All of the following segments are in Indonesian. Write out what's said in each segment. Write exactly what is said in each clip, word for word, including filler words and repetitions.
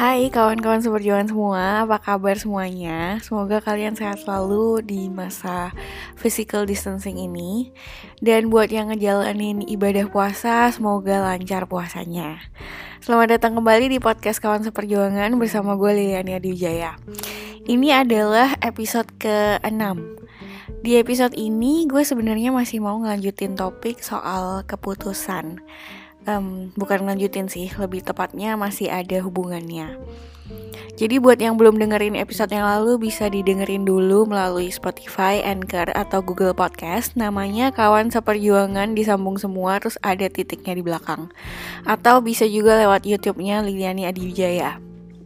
Hai kawan-kawan seperjuangan semua, apa kabar semuanya? Semoga kalian sehat selalu di masa physical distancing ini. Dan buat yang ngejalanin ibadah puasa, semoga lancar puasanya. Selamat datang kembali di podcast Kawan Seperjuangan bersama gue Liliani Adiwijaya. Ini adalah episode keenam. Di episode ini gue sebenarnya masih mau ngelanjutin topik soal keputusan. Um, bukan ngelanjutin sih, lebih tepatnya masih ada hubungannya. Jadi buat yang belum dengerin episode yang lalu, bisa didengerin dulu melalui Spotify, Anchor, atau Google Podcast. Namanya Kawan Seperjuangan disambung semua, terus ada titiknya di belakang. Atau bisa juga lewat YouTube-nya Liliani Adiwijaya.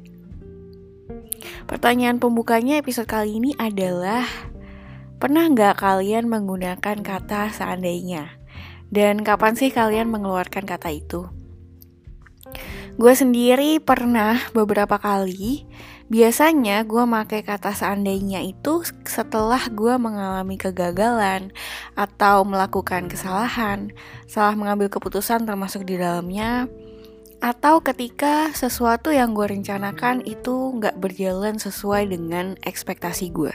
Pertanyaan pembukanya episode kali ini adalah, pernah gak kalian menggunakan kata seandainya? Dan kapan sih kalian mengeluarkan kata itu? Gue sendiri pernah beberapa kali. Biasanya gue pakai kata seandainya itu setelah gue mengalami kegagalan atau melakukan kesalahan, salah mengambil keputusan termasuk di dalamnya, atau ketika sesuatu yang gue rencanakan itu gak berjalan sesuai dengan ekspektasi gue.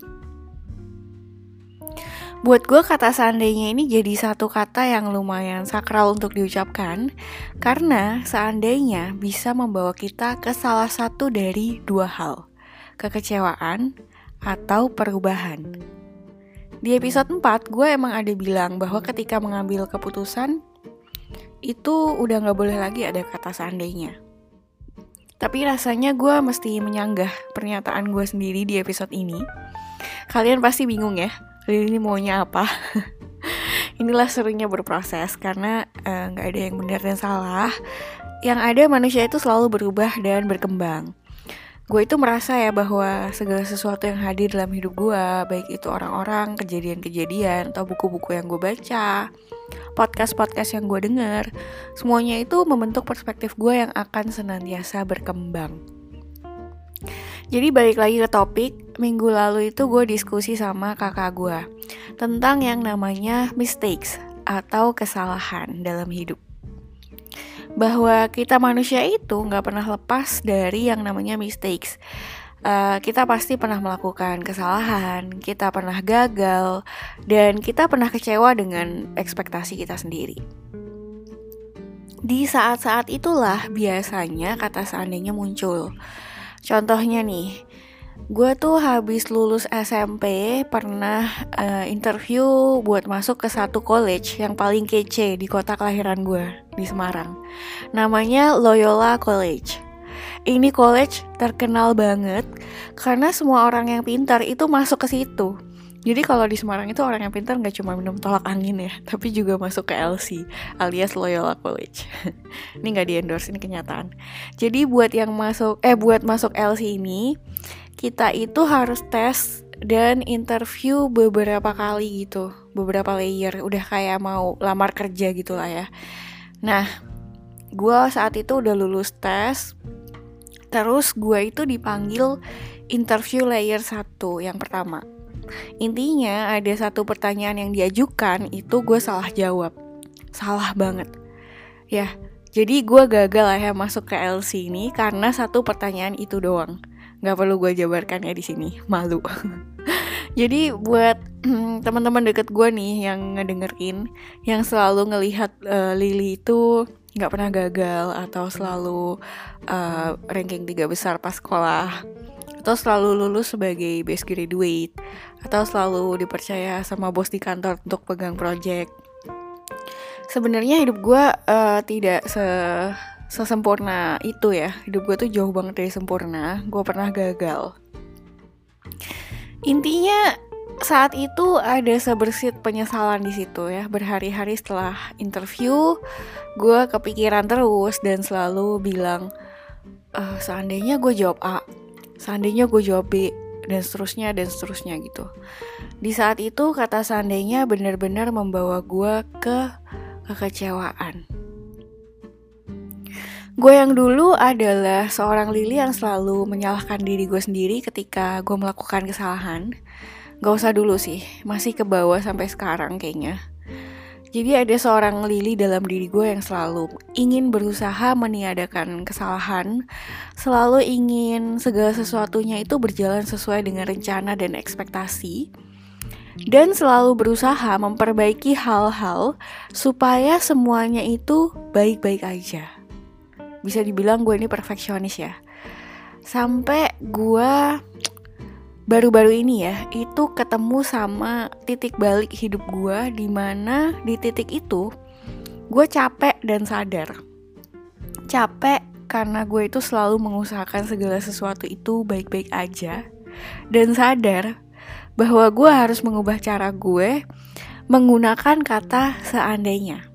Buat gue kata seandainya ini jadi satu kata yang lumayan sakral untuk diucapkan, karena seandainya bisa membawa kita ke salah satu dari dua hal, kekecewaan atau perubahan. Di episode empat gue emang ada bilang bahwa ketika mengambil keputusan itu udah gak boleh lagi ada kata seandainya. Tapi rasanya gue mesti menyanggah pernyataan gue sendiri di episode ini. Kalian pasti bingung ya, ini maunya apa? Inilah serunya berproses, karena uh, gak ada yang benar dan salah. Yang ada manusia itu selalu berubah dan berkembang. Gue itu merasa ya bahwa segala sesuatu yang hadir dalam hidup gue, baik itu orang-orang, kejadian-kejadian, atau buku-buku yang gue baca, podcast-podcast yang gue dengar, semuanya itu membentuk perspektif gue yang akan senantiasa berkembang. Jadi balik lagi ke topik, minggu lalu itu gue diskusi sama kakak gue tentang yang namanya mistakes atau kesalahan dalam hidup. Bahwa kita manusia itu gak pernah lepas dari yang namanya mistakes. uh, Kita pasti pernah melakukan kesalahan, kita pernah gagal, dan kita pernah kecewa dengan ekspektasi kita sendiri. Di saat-saat itulah biasanya kata seandainya muncul. Contohnya nih, gue tuh habis lulus S M P pernah uh, interview buat masuk ke satu college yang paling kece di kota kelahiran gue, di Semarang. Namanya Loyola College. Ini college terkenal banget karena semua orang yang pintar itu masuk ke situ. Jadi kalau di Semarang itu orang yang pintar gak cuma minum tolak angin ya, tapi juga masuk ke L C alias Loyola College. Ini gak di endorse, ini kenyataan. Jadi buat yang masuk eh buat masuk L C ini, kita itu harus tes dan interview beberapa kali gitu, beberapa layer, udah kayak mau lamar kerja gitu lah ya. Nah, gue saat itu udah lulus tes, terus gue itu dipanggil interview layer satu yang pertama. Intinya ada satu pertanyaan yang diajukan, itu gue salah jawab. Salah banget. Ya, jadi gue gagal lah ya masuk ke L C ini karena satu pertanyaan itu doang. Gak perlu gue jabarkan ya di sini, malu. Jadi buat teman-teman deket gue nih yang ngedengerin, yang selalu ngelihat uh, Lily itu gak pernah gagal, atau selalu uh, ranking tiga besar pas sekolah, atau selalu lulus sebagai best graduate, atau selalu dipercaya sama bos di kantor untuk pegang project. Sebenarnya hidup gue uh, tidak se- sesempurna itu ya. Hidup gue tuh jauh banget dari sempurna. Gue pernah gagal. Intinya saat itu ada sebersit penyesalan di situ ya. Berhari-hari setelah interview, gue kepikiran terus dan selalu bilang, e, seandainya gue jawab A, seandainya gue jawab B, dan seterusnya dan seterusnya gitu. Di saat itu kata seandainya benar-benar membawa gue ke kekecewaan. Gue yang dulu adalah seorang Lily yang selalu menyalahkan diri gue sendiri ketika gue melakukan kesalahan. Gak usah dulu sih, masih ke bawah sampai sekarang kayaknya. Jadi ada seorang Lily dalam diri gue yang selalu ingin berusaha meniadakan kesalahan, selalu ingin segala sesuatunya itu berjalan sesuai dengan rencana dan ekspektasi, dan selalu berusaha memperbaiki hal-hal supaya semuanya itu baik-baik aja. Bisa dibilang gue ini perfeksionis ya. Sampai gue baru-baru ini ya, itu ketemu sama titik balik hidup gue, dimana di titik itu gue capek dan sadar. Capek karena gue itu selalu mengusahakan segala sesuatu itu baik-baik aja, dan sadar bahwa gue harus mengubah cara gue menggunakan kata seandainya.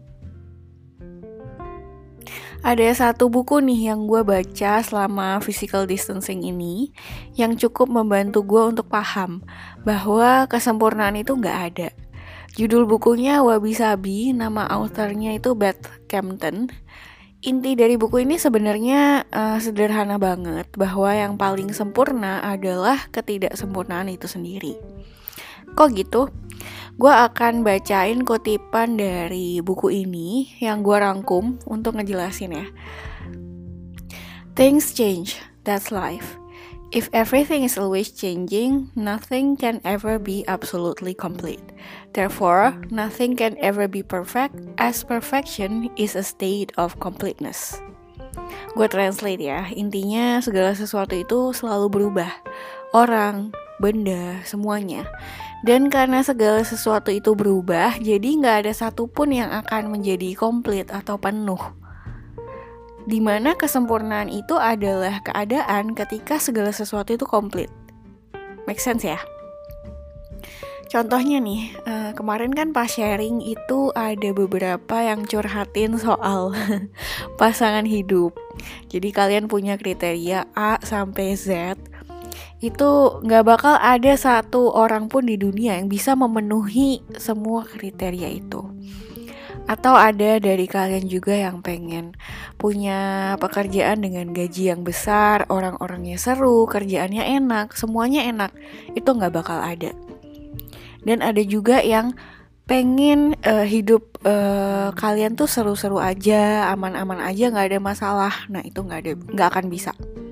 Ada satu buku nih yang gue baca selama physical distancing ini yang cukup membantu gue untuk paham bahwa kesempurnaan itu gak ada. Judul bukunya Wabi Sabi, nama authornya itu Beth Campton. Inti dari buku ini sebenarnya uh, sederhana banget, bahwa yang paling sempurna adalah ketidaksempurnaan itu sendiri. Kok gitu? Gue akan bacain kutipan dari buku ini yang gue rangkum untuk ngejelasin ya. Things change, that's life. If everything is always changing, nothing can ever be absolutely complete. Therefore, nothing can ever be perfect, as perfection is a state of completeness. Gue translate ya, intinya segala sesuatu itu selalu berubah. Orang, benda, semuanya. Dan karena segala sesuatu itu berubah, jadi gak ada satupun yang akan menjadi komplit atau penuh. Dimana kesempurnaan itu adalah keadaan ketika segala sesuatu itu komplit. Make sense ya? Contohnya nih, uh, kemarin kan pas sharing itu ada beberapa yang curhatin soal pasangan hidup. Jadi kalian punya kriteria A sampai Z, itu gak bakal ada satu orang pun di dunia yang bisa memenuhi semua kriteria itu. Atau ada dari kalian juga yang pengen punya pekerjaan dengan gaji yang besar, orang-orangnya seru, kerjaannya enak, semuanya enak. Itu gak bakal ada. Dan ada juga yang pengen uh, hidup uh, kalian tuh seru-seru aja, aman-aman aja, gak ada masalah. Nah itu gak ada, gak akan bisa.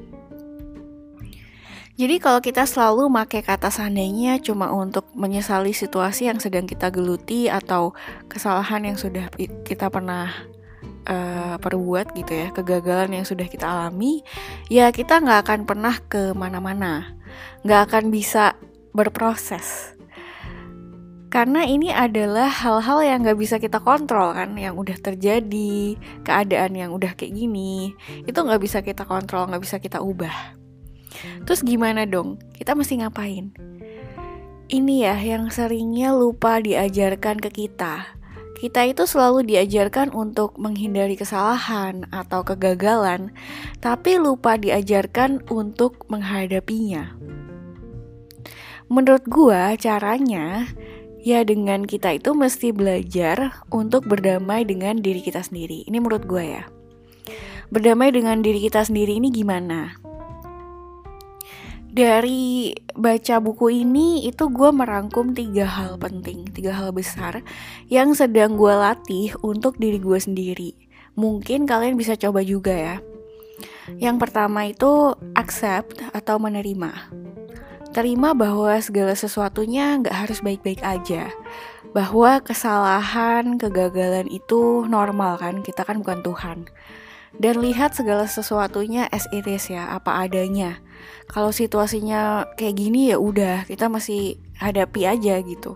Jadi kalau kita selalu pakai kata seandainya cuma untuk menyesali situasi yang sedang kita geluti atau kesalahan yang sudah kita pernah uh, perbuat gitu ya, kegagalan yang sudah kita alami, ya kita nggak akan pernah kemana-mana, nggak akan bisa berproses. Karena ini adalah hal-hal yang nggak bisa kita kontrol kan, yang udah terjadi, keadaan yang udah kayak gini, itu nggak bisa kita kontrol, nggak bisa kita ubah. Terus gimana dong? Kita mesti ngapain? Ini ya yang seringnya lupa diajarkan ke kita. Kita itu selalu diajarkan untuk menghindari kesalahan atau kegagalan, tapi lupa diajarkan untuk menghadapinya. Menurut gua caranya ya dengan kita itu mesti belajar untuk berdamai dengan diri kita sendiri. Ini menurut gua ya. Berdamai dengan diri kita sendiri ini gimana? Dari baca buku ini itu gue merangkum tiga hal penting, tiga hal besar yang sedang gue latih untuk diri gue sendiri. Mungkin kalian bisa coba juga ya. Yang pertama itu accept atau menerima. Terima bahwa segala sesuatunya gak harus baik-baik aja. Bahwa kesalahan, kegagalan itu normal kan, kita kan bukan Tuhan. Dan lihat segala sesuatunya as it is ya, apa adanya. Kalau situasinya kayak gini ya udah, kita masih hadapi aja gitu.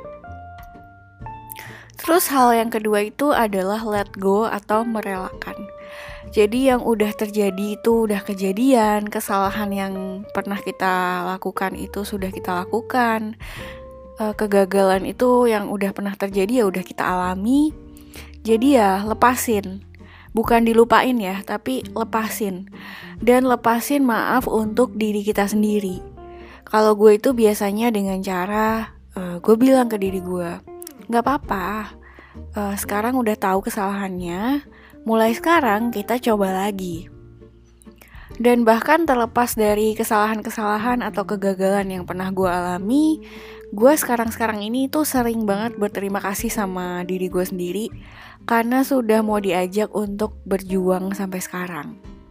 Terus hal yang kedua itu adalah let go atau merelakan. Jadi yang udah terjadi itu udah kejadian, kesalahan yang pernah kita lakukan itu sudah kita lakukan, kegagalan itu yang udah pernah terjadi ya udah kita alami. Jadi ya lepasin. Bukan dilupain ya, tapi lepasin. Dan lepasin maaf untuk diri kita sendiri. Kalau gue itu biasanya dengan cara uh, gue bilang ke diri gue, gak apa-apa, uh, sekarang udah tahu kesalahannya, mulai sekarang kita coba lagi. Dan bahkan terlepas dari kesalahan-kesalahan atau kegagalan yang pernah gue alami, gue sekarang-sekarang ini tuh sering banget berterima kasih sama diri gue sendiri karena sudah mau diajak untuk berjuang sampai sekarang.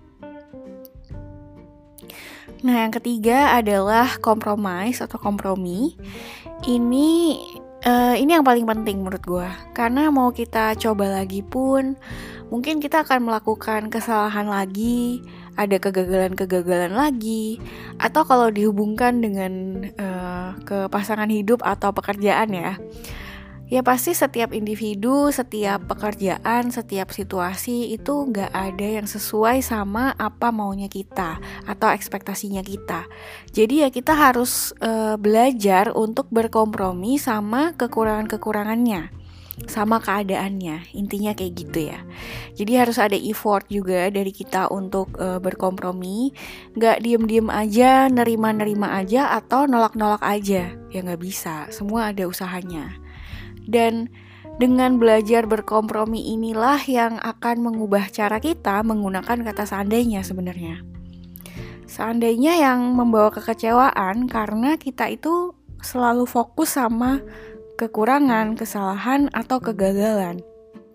Nah, yang ketiga adalah compromise atau kompromi. Ini uh, ini yang paling penting menurut gue, karena mau kita coba lagi pun mungkin kita akan melakukan kesalahan lagi, ada kegagalan-kegagalan lagi, atau kalau dihubungkan dengan uh, ke pasangan hidup atau pekerjaan ya, ya pasti setiap individu, setiap pekerjaan, setiap situasi itu gak ada yang sesuai sama apa maunya kita atau ekspektasinya kita. Jadi ya kita harus uh, belajar untuk berkompromi sama kekurangan-kekurangannya, sama keadaannya, intinya kayak gitu ya. Jadi harus ada effort juga dari kita untuk uh, berkompromi, gak diem-diem aja, nerima-nerima aja atau nolak-nolak aja, ya gak bisa, semua ada usahanya. Dan dengan belajar berkompromi inilah yang akan mengubah cara kita menggunakan kata seandainya sebenarnya. Seandainya yang membawa kekecewaan karena kita itu selalu fokus sama kekurangan, kesalahan, atau kegagalan.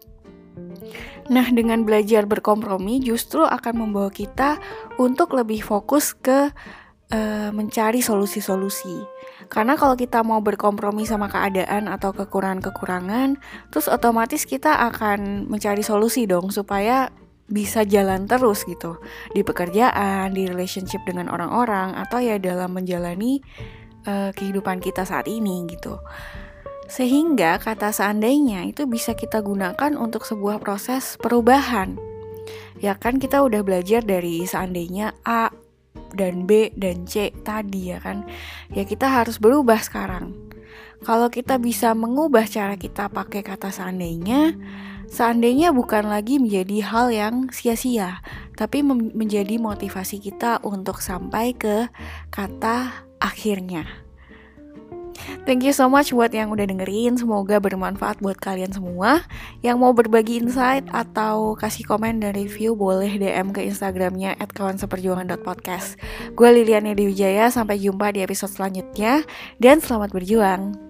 Nah, dengan belajar berkompromi justru akan membawa kita untuk lebih fokus ke uh, mencari solusi-solusi. Karena kalau kita mau berkompromi sama keadaan atau kekurangan-kekurangan, terus otomatis kita akan mencari solusi dong supaya bisa jalan terus gitu di pekerjaan, di relationship dengan orang-orang, atau ya dalam menjalani uh, kehidupan kita saat ini gitu. Sehingga kata seandainya itu bisa kita gunakan untuk sebuah proses perubahan. Ya kan kita udah belajar dari seandainya A dan B dan C tadi ya kan. Ya kita harus berubah sekarang. Kalau kita bisa mengubah cara kita pakai kata seandainya, seandainya bukan lagi menjadi hal yang sia-sia, tapi mem- menjadi motivasi kita untuk sampai ke kata akhirnya. Thank you so much buat yang udah dengerin. Semoga bermanfaat buat kalian semua. Yang mau berbagi insight atau kasih komen dan review, boleh D M ke Instagramnya at kawan seperjuangan dot podcast. Gue Liliana Dewijaya. Sampai jumpa di episode selanjutnya. Dan selamat berjuang.